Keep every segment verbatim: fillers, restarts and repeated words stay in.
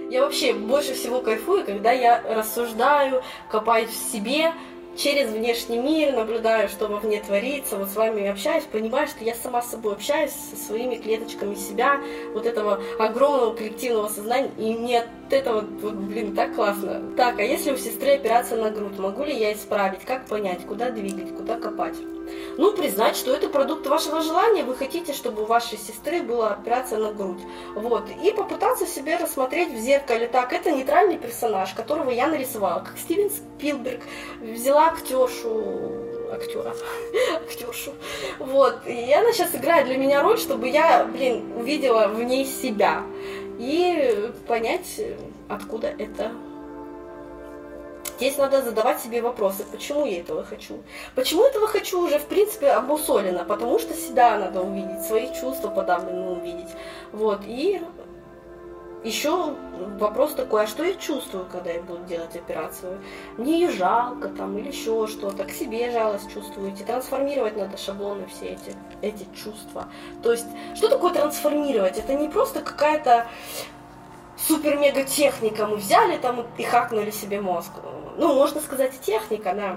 Я вообще больше всего кайфую, когда я рассуждаю, копаюсь в себе, через внешний мир, наблюдаю, что вовне творится, вот с вами общаюсь, понимаю, что я сама с собой общаюсь, со своими клеточками себя, вот этого огромного коллективного сознания, и мне от этого, вот, блин, так классно. Так, а если у сестры операция на грудь, могу ли я исправить? Как понять, куда двигать, куда копать? Ну, признать, что это продукт вашего желания, вы хотите, чтобы у вашей сестры была операция на грудь. Вот. И попытаться себе рассмотреть в зеркале. Так, это нейтральный персонаж, которого я нарисовала, как Стивен Спилберг. Взяла актершу, актера, актершу. Вот. И она сейчас играет для меня роль, чтобы я, блин, увидела в ней себя. И понять, откуда это. Здесь надо задавать себе вопросы, почему я этого хочу. Почему этого хочу уже, в принципе, обусолено, потому что себя надо увидеть, свои чувства подавленные увидеть. Вот, и еще вопрос такой, а что я чувствую, когда я буду делать операцию? Мне ее жалко там или еще что-то, к себе жалость чувствуете. Трансформировать надо шаблоны все эти, эти чувства. То есть, что такое трансформировать? Это не просто какая-то супер-мега-техника, мы взяли там и хакнули себе мозг. Ну, можно сказать, и техника, да.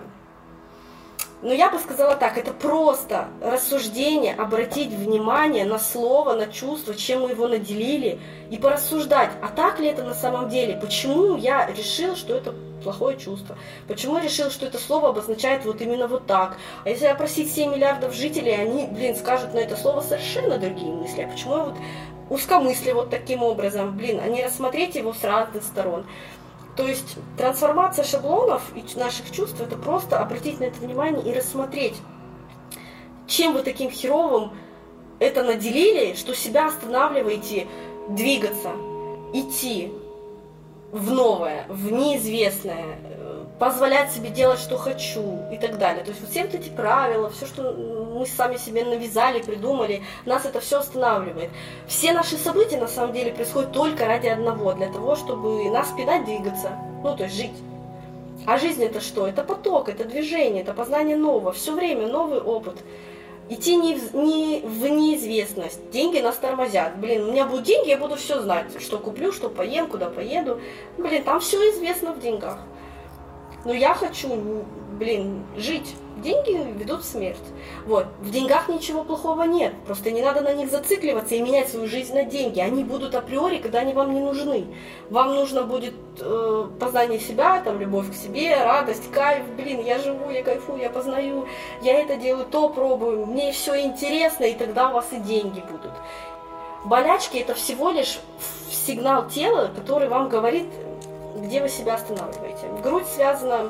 Но я бы сказала так, это просто рассуждение, обратить внимание на слово, на чувство, чем мы его наделили, и порассуждать, а так ли это на самом деле, почему я решил, что это плохое чувство, почему я решил, что это слово обозначает вот именно вот так. А если опросить семь миллиардов жителей, они, блин, скажут на это слово совершенно другие мысли. А почему я вот узкомыслие вот таким образом, блин, а не рассмотреть его с разных сторон. То есть трансформация шаблонов и наших чувств — это просто обратить на это внимание и рассмотреть, чем вы таким херовым это наделили, что себя останавливаете двигаться, идти в новое, в неизвестное, позволять себе делать, что хочу и так далее. То есть вот все вот эти правила, все, что мы сами себе навязали, придумали, нас это все останавливает. Все наши события на самом деле происходят только ради одного, для того, чтобы нас пинать, двигаться, ну то есть жить. А жизнь это что? Это поток, это движение, это познание нового, все время новый опыт. Идти не в, не в неизвестность. Деньги нас тормозят. Блин, у меня будут деньги, я буду все знать, что куплю, что поем, куда поеду. Блин, там все известно в деньгах. Но я хочу, блин, жить. Деньги ведут в смерть. Вот. В деньгах ничего плохого нет. Просто не надо на них зацикливаться и менять свою жизнь на деньги. Они будут априори, когда они вам не нужны. Вам нужно будет э, познание себя, там, любовь к себе, радость, кайф. Блин, я живу, я кайфую, я познаю. Я это делаю, то пробую. Мне все интересно, и тогда у вас и деньги будут. Болячки — это всего лишь сигнал тела, который вам говорит, где вы себя останавливаете. Грудь связана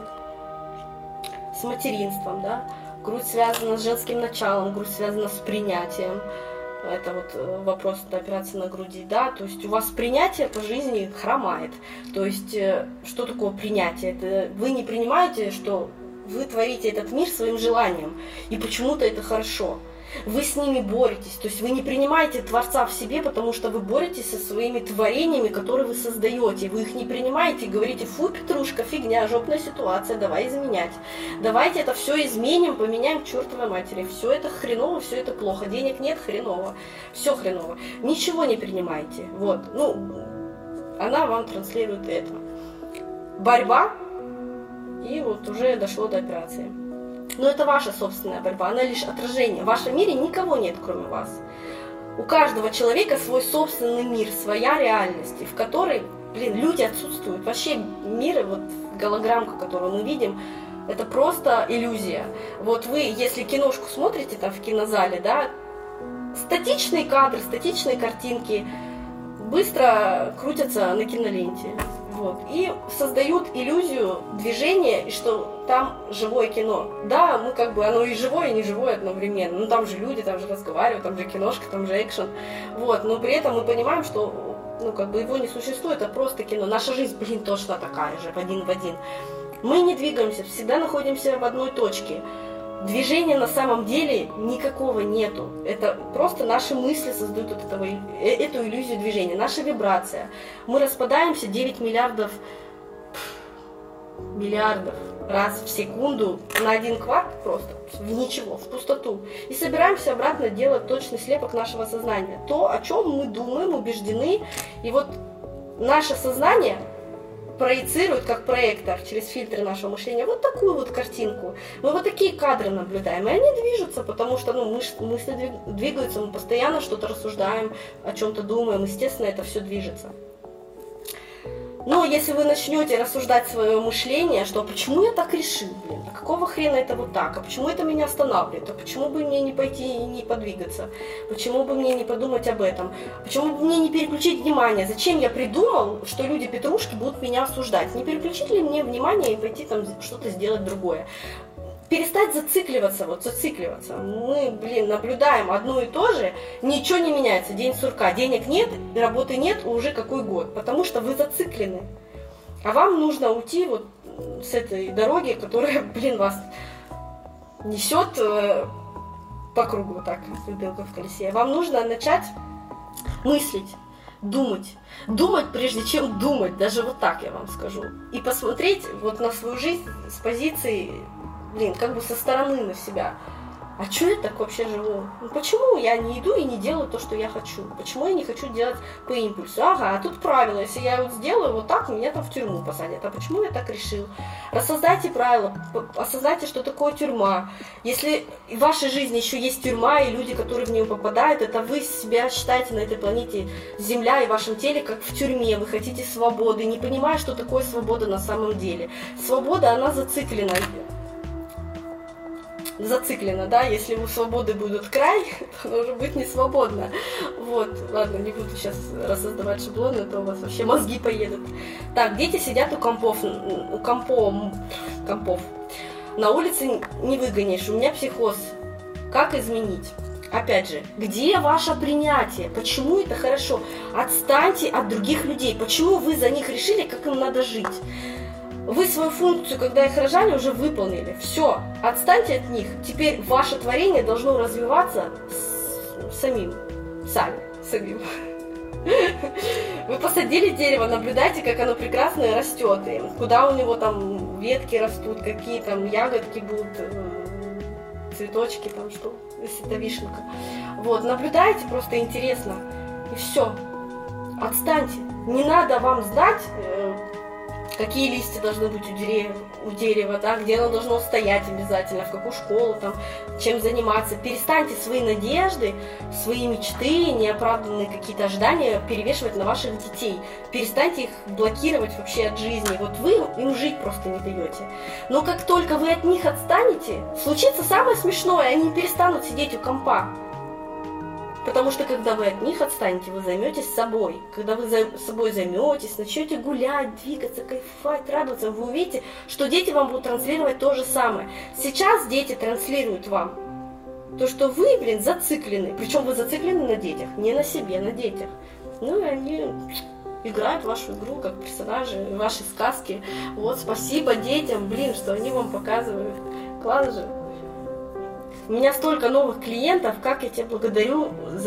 с материнством, да? Грудь связана с женским началом, грудь связана с принятием. Это вот вопрос операции на груди, да? То есть у вас принятие по жизни хромает. То есть что такое принятие? Это вы не принимаете, что вы творите этот мир своим желанием, и почему-то это хорошо. Вы с ними боретесь, то есть вы не принимаете Творца в себе, потому что вы боретесь со своими творениями, которые вы создаете. Вы их не принимаете и говорите: фу, Петрушка, фигня, жопная ситуация, давай изменять. Давайте это все изменим, поменяем к чертовой матери. Все это хреново, все это плохо, денег нет, хреново, все хреново. Ничего не принимайте. Вот, ну, она вам транслирует это. Борьба, и вот уже дошло до операции. Но это ваша собственная борьба, она лишь отражение. В вашем мире никого нет, кроме вас. У каждого человека свой собственный мир, своя реальность, в которой, блин, люди отсутствуют. Вообще мир, вот голограммка, которую мы видим, это просто иллюзия. Вот вы, если киношку смотрите там в кинозале, да, статичные кадры, статичные картинки быстро крутятся на киноленте. Вот, и создают иллюзию движения, и что там живое кино. Да, ну как бы оно и живое, и не живое одновременно. Ну там же люди, там же разговаривают, там же киношка, там же экшен. Вот, но при этом мы понимаем, что ну как бы его не существует, это просто кино. Наша жизнь, блин, точно такая же, в один в один. Мы не двигаемся, всегда находимся в одной точке. Движения на самом деле никакого нету. Это просто наши мысли создают от этого, эту иллюзию движения, наша вибрация. Мы распадаемся девять миллиардов, миллиардов раз в секунду на один кварт просто, в ничего, в пустоту. И собираемся обратно делать точный слепок нашего сознания. То, о чем мы думаем, убеждены. И вот наше сознание проецирует, как проектор, через фильтры нашего мышления, вот такую вот картинку. Мы вот такие кадры наблюдаем, и они движутся, потому что ну, мысли двигаются, мы постоянно что-то рассуждаем, о чем-то думаем, естественно, это все движется. Но если вы начнете рассуждать свое мышление, что почему я так решил, блин, а какого хрена это вот так, а почему это меня останавливает, а почему бы мне не пойти и не подвигаться, почему бы мне не подумать об этом, почему бы мне не переключить внимание, зачем я придумал, что люди-петрушки будут меня осуждать, не переключить ли мне внимание и пойти там что-то сделать другое. Перестать зацикливаться, вот зацикливаться. Мы, блин, наблюдаем одно и то же, ничего не меняется, день сурка, денег нет, работы нет, уже какой год, потому что вы зациклены. А вам нужно уйти вот с этой дороги, которая, блин, вас несет э, по кругу, вот так, как белка в колесе. Вам нужно начать мыслить, думать. Думать, прежде чем думать, даже вот так я вам скажу. И посмотреть вот на свою жизнь с позиции, блин, как бы со стороны на себя. А что я так вообще живу? Ну, почему я не иду и не делаю то, что я хочу? Почему я не хочу делать по импульсу? Ага, а тут правило, если я вот сделаю вот так, меня там в тюрьму посадят. А почему я так решил? Рассоздайте правила, осознайте, что такое тюрьма. Если в вашей жизни еще есть тюрьма, и люди, которые в нее попадают, это вы себя считаете на этой планете Земля и в вашем теле как в тюрьме. Вы хотите свободы, не понимая, что такое свобода на самом деле. Свобода, она зациклена. Зациклена, да, если у свободы будет край, то она уже будет не свободна. Вот, ладно, не буду сейчас рассоздавать шаблоны, а то у вас вообще мозги поедут. Так, дети сидят у компов, у компов, компов. На улице не выгонишь, у меня психоз. Как изменить? Опять же, где ваше принятие? Почему это хорошо? Отстаньте от других людей. Почему вы за них решили, как им надо жить? Вы свою функцию, когда их рожали, уже выполнили. Все, отстаньте от них. Теперь ваше творение должно развиваться с... самим. Сами, самим. Вы посадили дерево, наблюдайте, как оно прекрасно растет. И куда у него там ветки растут, какие там ягодки будут, цветочки там, что, если это вишенка. Вот, наблюдайте, просто интересно. И все. Отстаньте. Не надо вам знать, какие листья должны быть у дерева, у дерева, да, где оно должно стоять обязательно, в какую школу, там, чем заниматься. Перестаньте свои надежды, свои мечты, неоправданные какие-то ожидания перевешивать на ваших детей. Перестаньте их блокировать вообще от жизни. Вот вы им жить просто не даете. Но как только вы от них отстанете, случится самое смешное, они перестанут сидеть у компа. Потому что когда вы от них отстанете, вы займетесь собой. Когда вы за собой займетесь, начнете гулять, двигаться, кайфовать, радоваться, вы увидите, что дети вам будут транслировать то же самое. Сейчас дети транслируют вам то, что вы, блин, зациклены. Причем вы зациклены на детях, не на себе, на детях. Ну и они играют в вашу игру, как персонажи вашей сказки. Вот, спасибо детям, блин, что они вам показывают. Класс же. У меня столько новых клиентов, как я тебя благодарю за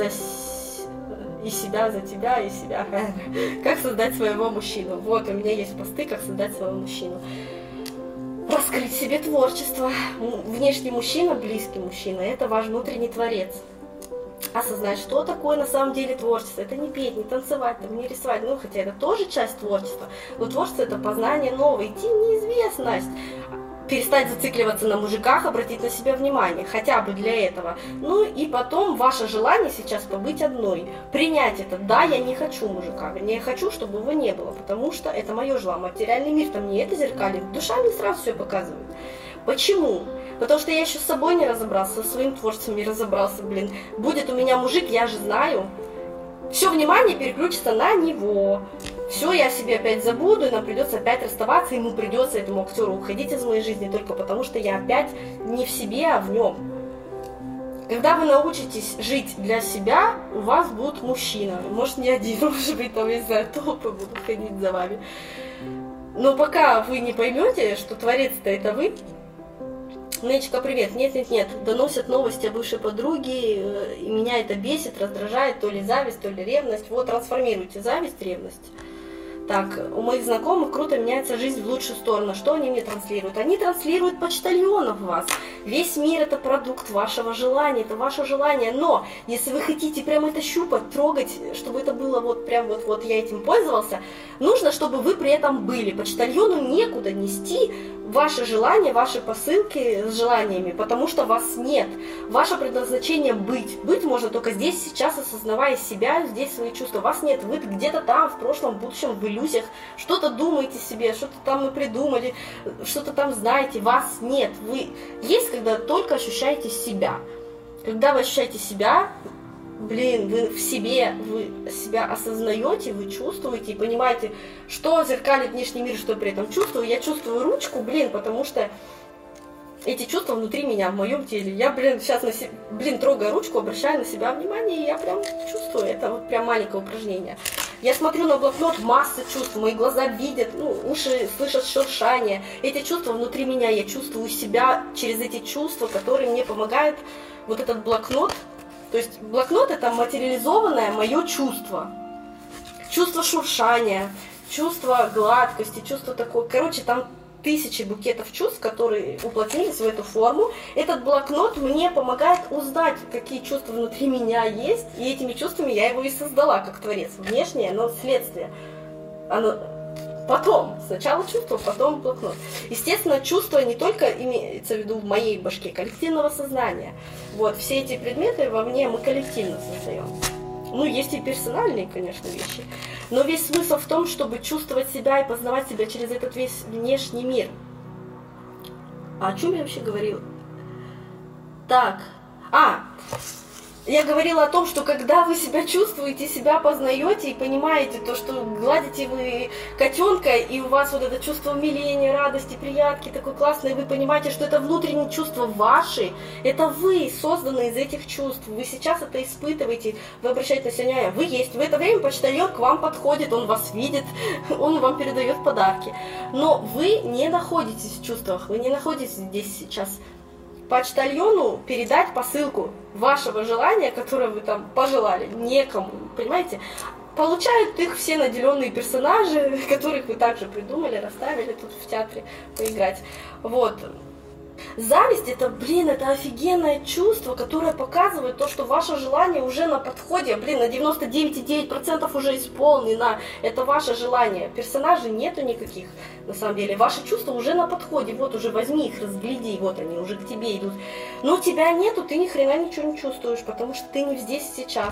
и себя, за тебя, и себя. Как создать своего мужчину. Вот, у меня есть посты, как создать своего мужчину. Раскрыть в себе творчество. Внешний мужчина, близкий мужчина, это ваш внутренний творец. Осознать, что такое на самом деле творчество. Это не петь, не танцевать, там, не рисовать. Ну, хотя это тоже часть творчества. Но творчество — это познание новое, идти в неизвестность. Перестать зацикливаться на мужиках, обратить на себя внимание, хотя бы для этого. Ну и потом ваше желание сейчас побыть одной. Принять это. Да, я не хочу мужика, вернее, я хочу, чтобы его не было, потому что это мое желание. Материальный мир там не это зеркалит, душа мне сразу все показывает. Почему? Потому что я еще с собой не разобрался, со своим творчеством не разобрался, блин. Будет у меня мужик, я же знаю. Все внимание переключится на него. Все, я себе опять забуду, и нам придется опять расставаться, ему придется, этому актеру, уходить из моей жизни только потому, что я опять не в себе, а в нем. Когда вы научитесь жить для себя, у вас будет мужчина. Может, не один, может быть, там, я не знаю, толпы будут ходить за вами. Но пока вы не поймете, что творец-то это вы, Нечка, привет. Нет, нет, нет. Доносят новости о бывшей подруге, и меня это бесит, раздражает, то ли зависть, то ли ревность. Вот, трансформируйте зависть, ревность. Так, у моих знакомых круто меняется жизнь в лучшую сторону. Что они мне транслируют? Они транслируют почтальонов вас. Весь мир это продукт вашего желания, это ваше желание. Но если вы хотите прям это щупать, трогать, чтобы это было вот прям вот, вот я этим пользовался, нужно, чтобы вы при этом были. Почтальону некуда нести ваши желания, ваши посылки с желаниями, потому что вас нет. Ваше предназначение быть. Быть можно только здесь, сейчас, осознавая себя, здесь свои чувства. Вас нет. Вы где-то там, в прошлом, в будущем, в иллюзиях, что-то думаете себе, что-то там вы придумали, что-то там знаете. Вас нет. Вы есть, когда только ощущаете себя. Когда вы ощущаете себя, блин, вы в себе, вы себя осознаете, вы чувствуете и понимаете, что зеркалит внешний мир, что я при этом чувствую. Я чувствую ручку, блин, потому что эти чувства внутри меня, в моем теле. Я, блин, сейчас на себя, блин, трогая ручку, обращаю на себя внимание, и я прям чувствую. Это вот прям маленькое упражнение. Я смотрю на блокнот, масса чувств, мои глаза видят, ну, уши слышат шуршание. Эти чувства внутри меня, я чувствую себя через эти чувства, которые мне помогают вот этот блокнот. То есть блокнот это материализованное мое чувство. Чувство шуршания, чувство гладкости, чувство такое. Короче, там тысячи букетов чувств, которые уплотнились в эту форму. Этот блокнот мне помогает узнать, какие чувства внутри меня есть. И этими чувствами я его и создала как творец. Внешнее, но следствие. Оно потом. Сначала чувство, потом блокнот. Естественно, чувство не только имеется в виду в моей башке, коллективного сознания. Вот, все эти предметы во мне мы коллективно создаем. Ну, есть и персональные, конечно, вещи. Но весь смысл в том, чтобы чувствовать себя и познавать себя через этот весь внешний мир. А о чем я вообще говорила? Так, а... Я говорила о том, что когда вы себя чувствуете, себя познаете и понимаете то, что гладите вы котенка, и у вас вот это чувство умиления, радости, приятки такой классный, и вы понимаете, что это внутренние чувства ваши, это вы созданы из этих чувств, вы сейчас это испытываете, вы обращаете на себя внимание, вы есть, в это время почтальон к вам подходит, он вас видит, он вам передает подарки, но вы не находитесь в чувствах, вы не находитесь здесь сейчас. Почтальону передать посылку вашего желания, которое вы там пожелали, некому, понимаете? Получают их все наделенные персонажи, которых вы также придумали, расставили тут в театре поиграть. Вот. Зависть это, блин, это офигенное чувство, которое показывает то, что ваше желание уже на подходе, блин, на девяносто девять и девять десятых процента уже исполнено. Это ваше желание. Персонажей нету никаких, на самом деле. Ваши чувства уже на подходе. Вот уже возьми их, разгляди, вот они уже к тебе идут. Но тебя нету, ты ни хрена ничего не чувствуешь, потому что ты не здесь сейчас.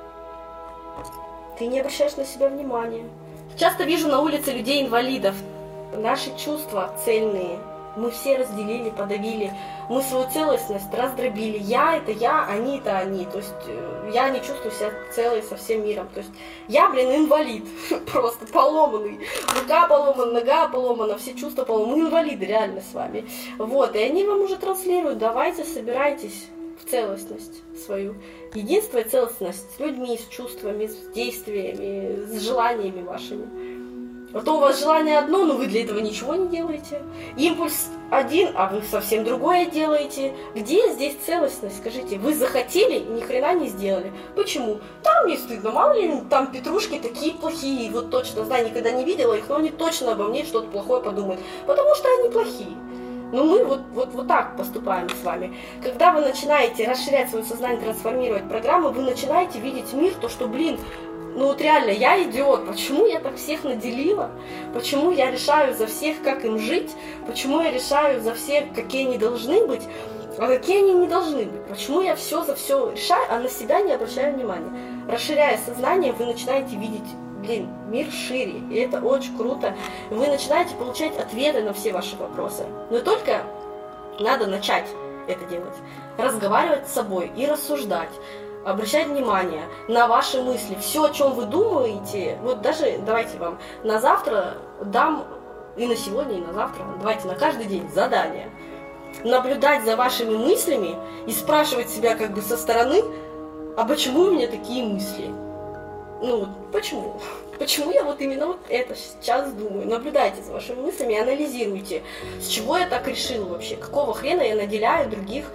Ты не обращаешь на себя внимания. Часто вижу на улице людей-инвалидов. Наши чувства цельные. Мы все разделили, подавили, мы свою целостность раздробили. Я это я, они это они. То есть я не чувствую себя целой со всем миром. То есть я, блин, инвалид, просто поломанный. Рука поломана, нога поломана, все чувства поломаны. Мы инвалиды реально с вами. Вот, и они вам уже транслируют, давайте собирайтесь в целостность свою. Единство и целостность с людьми, с чувствами, с действиями, с желаниями вашими. А то у вас желание одно, но вы для этого ничего не делаете. Импульс один, а вы совсем другое делаете. Где здесь целостность? Скажите, вы захотели и ни хрена не сделали. Почему? Там не стыдно, мало ли, там петрушки такие плохие. Вот точно, знаю, никогда не видела их, но они точно обо мне что-то плохое подумают. Потому что они плохие. Но мы вот, вот, вот так поступаем с вами. Когда вы начинаете расширять свое сознание, трансформировать программы, вы начинаете видеть мир, то, что, блин, ну вот реально, я идиот. Почему я так всех наделила? Почему я решаю за всех, как им жить? Почему я решаю за всех, какие они должны быть, а какие они не должны быть? Почему я все за все решаю, а на себя не обращаю внимания? Расширяя сознание, вы начинаете видеть, блин, мир шире. И это очень круто. Вы начинаете получать ответы на все ваши вопросы. Но только надо начать это делать. Разговаривать с собой и рассуждать. Обращать внимание на ваши мысли. Все, о чем вы думаете, вот даже давайте вам на завтра дам, и на сегодня, и на завтра, давайте на каждый день задание. Наблюдать за вашими мыслями и спрашивать себя как бы со стороны, а почему у меня такие мысли? Ну, почему? Почему я вот именно вот это сейчас думаю? Наблюдайте за вашими мыслями и анализируйте, с чего я так решила вообще, какого хрена я наделяю других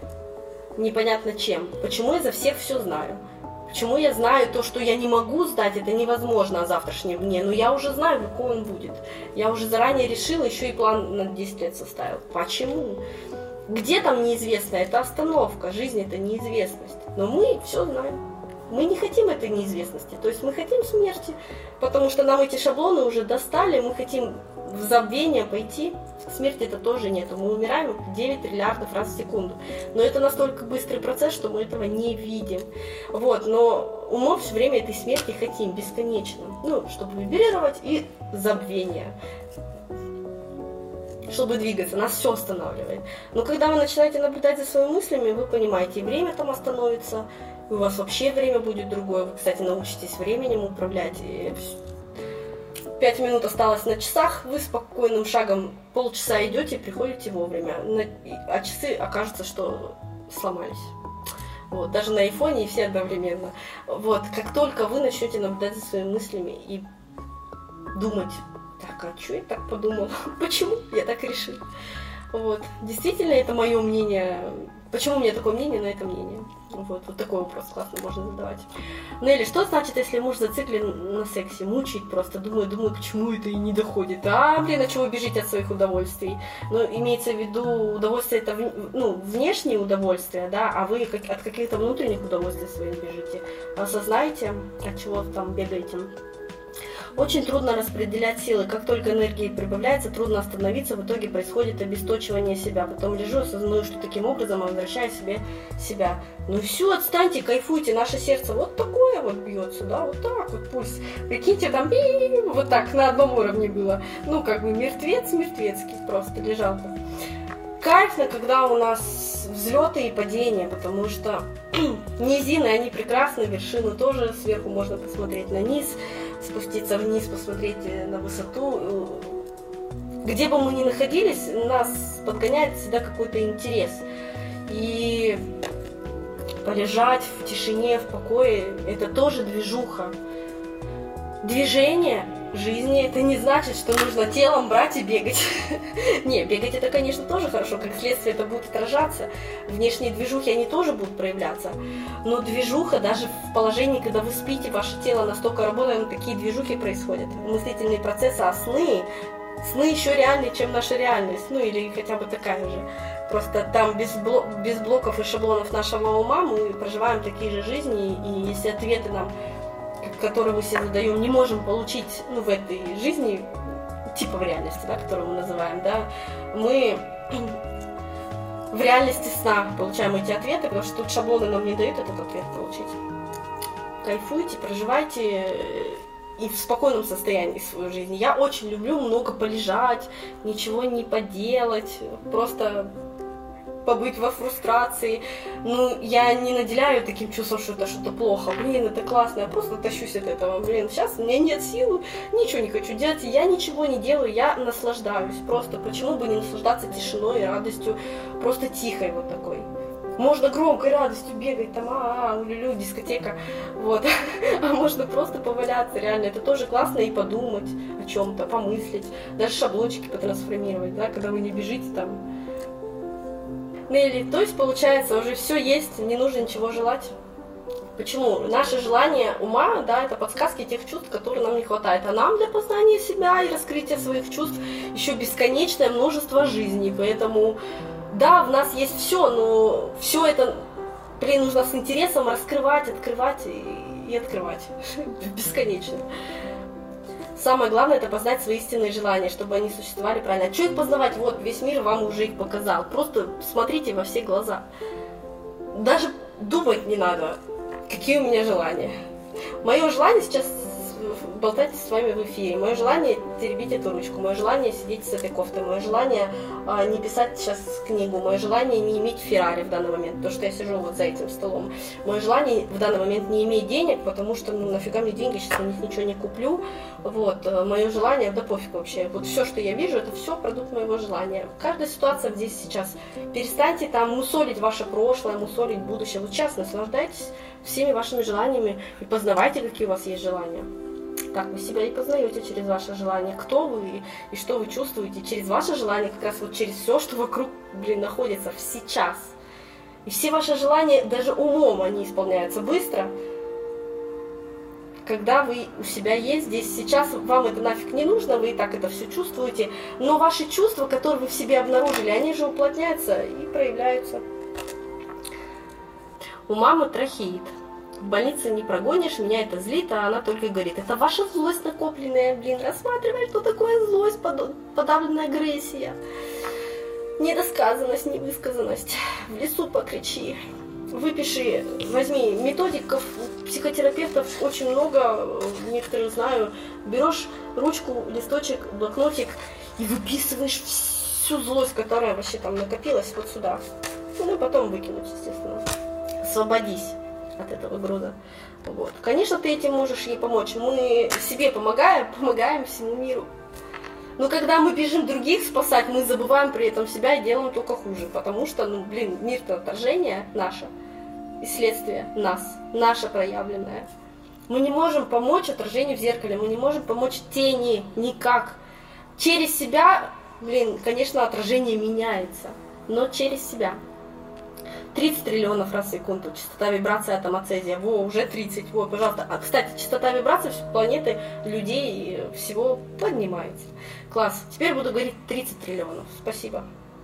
непонятно чем. Почему я за всех все знаю? Почему я знаю то, что я не могу сдать, это невозможно о завтрашнем дне, но я уже знаю, какой он будет. Я уже заранее решила, еще и план на десять лет составила. Почему? Где там неизвестное? Это остановка, жизнь это неизвестность. Но мы все знаем. Мы не хотим этой неизвестности, то есть мы хотим смерти, потому что нам эти шаблоны уже достали, мы хотим в забвение пойти. Смерти это тоже нету, мы умираем девять триллиардов раз в секунду. Но это настолько быстрый процесс, что мы этого не видим. Вот, но умом все время этой смерти хотим бесконечно. Ну, чтобы вибрировать и забвение. Чтобы двигаться, нас все останавливает. Но когда вы начинаете наблюдать за своими мыслями, вы понимаете, и время там остановится, и у вас вообще время будет другое. Вы, кстати, научитесь временем управлять. И пять минут осталось на часах, вы спокойным шагом полчаса идете и приходите вовремя. А часы окажется, что сломались. Вот, даже на айфоне и все одновременно. Вот, как только вы начнете наблюдать за своими мыслями и думать, так, а что я так подумала? Почему я так решил? Вот, действительно, это мое мнение. Почему у меня такое мнение на это мнение? Вот, вот такой вопрос классно можно задавать. Нелли, что значит, если муж зациклен на сексе? Мучает просто, думаю, думаю, почему это и не доходит. А, блин, а чего вы бежите от своих удовольствий? Ну, имеется в виду, удовольствие это, ну, внешние удовольствия, да, а вы как, от каких-то внутренних удовольствий своих бежите. Осознайте, от чего там бегаете. Очень трудно распределять силы. Как только энергии прибавляется, трудно остановиться. В итоге происходит обесточивание себя. Потом лежу, осознаю, что таким образом возвращаю себе себя. Ну все, отстаньте, кайфуйте. Наше сердце вот такое вот бьется, да, вот так вот пульс. Прикиньте, там вот так на одном уровне было. Ну, как бы мертвец мертвецкий просто лежал. Кайфно, когда у нас взлеты и падения, потому что низины, они прекрасны, вершину тоже сверху можно посмотреть на низ, спуститься вниз, посмотреть на высоту. Где бы мы ни находились, нас подгоняет всегда какой-то интерес. И полежать в тишине, в покое, это тоже движуха. Движение жизни, это не значит, что нужно телом брать и бегать. Не, бегать это, конечно, тоже хорошо, как следствие это будет отражаться. Внешние движухи, они тоже будут проявляться. Но движуха, даже в положении, когда вы спите, ваше тело настолько работает, такие движухи происходят. Мыслительные процессы, а сны, сны еще реальнее, чем наша реальность. Ну, или хотя бы такая же. Просто там без, блок, без блоков и шаблонов нашего ума мы проживаем такие же жизни, и если ответы нам, которые мы себе задаем, не можем получить, ну, в этой жизни, типа в реальности, да, которую мы называем, да, мы в реальности сна получаем эти ответы, потому что тут шаблоны нам не дают этот ответ получить. Кайфуйте, проживайте и в спокойном состоянии свою жизнь. Я очень люблю много полежать, ничего не поделать, просто побыть во фрустрации. Ну, я не наделяю таким чувством, что это что-то плохо. Блин, это классно, я просто тащусь от этого. Блин, сейчас у меня нет сил, ничего не хочу делать, я ничего не делаю, я наслаждаюсь. Просто почему бы не наслаждаться тишиной и радостью, просто тихой вот такой. Можно громкой радостью бегать, там, а-а, улю-лю, дискотека, вот. А можно просто поваляться, реально. Это тоже классно и подумать о чем-то, помыслить, даже шаблончики потрансформировать, да, когда вы не бежите там. Нелли, то есть, получается, уже все есть, не нужно ничего желать. Почему? Наше желание ума, да, это подсказки тех чувств, которые нам не хватает. А нам для познания себя и раскрытия своих чувств еще бесконечное множество жизней. Поэтому, да, в нас есть все, но все это, блин, нужно с интересом раскрывать, открывать и, и открывать. Бесконечно. Самое главное — это познать свои истинные желания, чтобы они существовали правильно. А что их познавать? Вот, весь мир вам уже их показал. Просто смотрите во все глаза. Даже думать не надо, какие у меня желания. Мое желание сейчас болтать с вами в эфире. Мое желание теребить эту ручку. Мое желание сидеть с этой кофтой. Мое желание а, не писать сейчас книгу. Мое желание не иметь Феррари в данный момент, потому что я сижу вот за этим столом. Мое желание в данный момент не иметь денег, потому что ну, нафига мне деньги, сейчас на них ничего не куплю. Вот. Мое желание, да пофиг вообще. Вот все, что я вижу, это все продукт моего желания. Каждая ситуация здесь сейчас. Перестаньте там мусолить ваше прошлое, мусолить будущее. Вот сейчас наслаждайтесь всеми вашими желаниями и познавайте, какие у вас есть желания. Так вы себя и познаете через ваше желание, кто вы и что вы чувствуете. Через ваше желание, как раз вот через все, что вокруг, блин, находится сейчас. И все ваши желания, даже умом, они исполняются быстро. когда вы у себя есть здесь, сейчас вам это нафиг не нужно, вы и так это все чувствуете, но ваши чувства, которые вы в себе обнаружили, они же уплотняются и проявляются. У мамы трахеид. В больнице не прогонишь, меня это злит, а она только говорит, это ваша злость накопленная, блин, рассматривай, что такое злость, подавленная агрессия, недосказанность, невысказанность, в лесу покричи. Выпиши, возьми методиков, психотерапевтов очень много, некоторых знаю, берешь ручку, листочек, блокнотик и выписываешь всю злость, которая вообще там накопилась вот сюда. Ну и потом выкинуть, естественно. Освободись от этого груза. Вот. Конечно, ты этим можешь ей помочь. Мы себе помогаем, помогаем всему миру. Но когда мы бежим других спасать, мы забываем при этом себя и делаем только хуже. Потому что, ну, блин, мир-то отражение наше. И следствие нас. Наше проявленное. Мы не можем помочь отражению в зеркале. Мы не можем помочь тени никак. Через себя, блин, конечно, отражение меняется. Но через себя. тридцать триллионов раз в секунду. Частота вибрации атома цезия. Во, уже тридцать. Во, пожалуйста. А, кстати, частота вибрации планеты, людей, всего поднимается. Класс. Теперь буду говорить тридцать триллионов. Спасибо.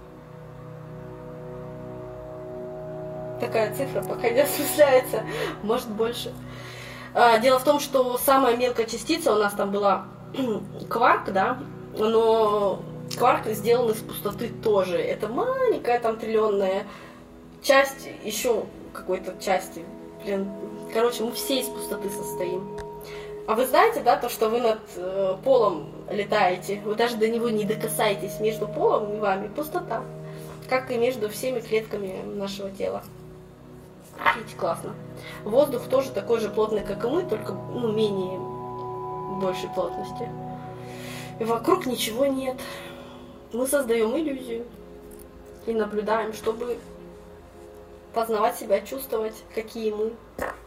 Такая цифра пока не осмысляется. Может, больше. А, дело в том, что самая мелкая частица у нас там была кварк, да, но кварк сделан из пустоты тоже. Это маленькая там триллионная часть еще какой-то части. Блин, короче, мы все из пустоты состоим. А вы знаете, да, то, что вы над э, полом летаете, вы даже до него не докасаетесь, между полом и вами пустота, как и между всеми клетками нашего тела. Видите, классно. Воздух тоже такой же плотный, как и мы, только, ну, менее большей плотности. И вокруг ничего нет. Мы создаем иллюзию и наблюдаем, чтобы познавать себя, чувствовать, какие мы.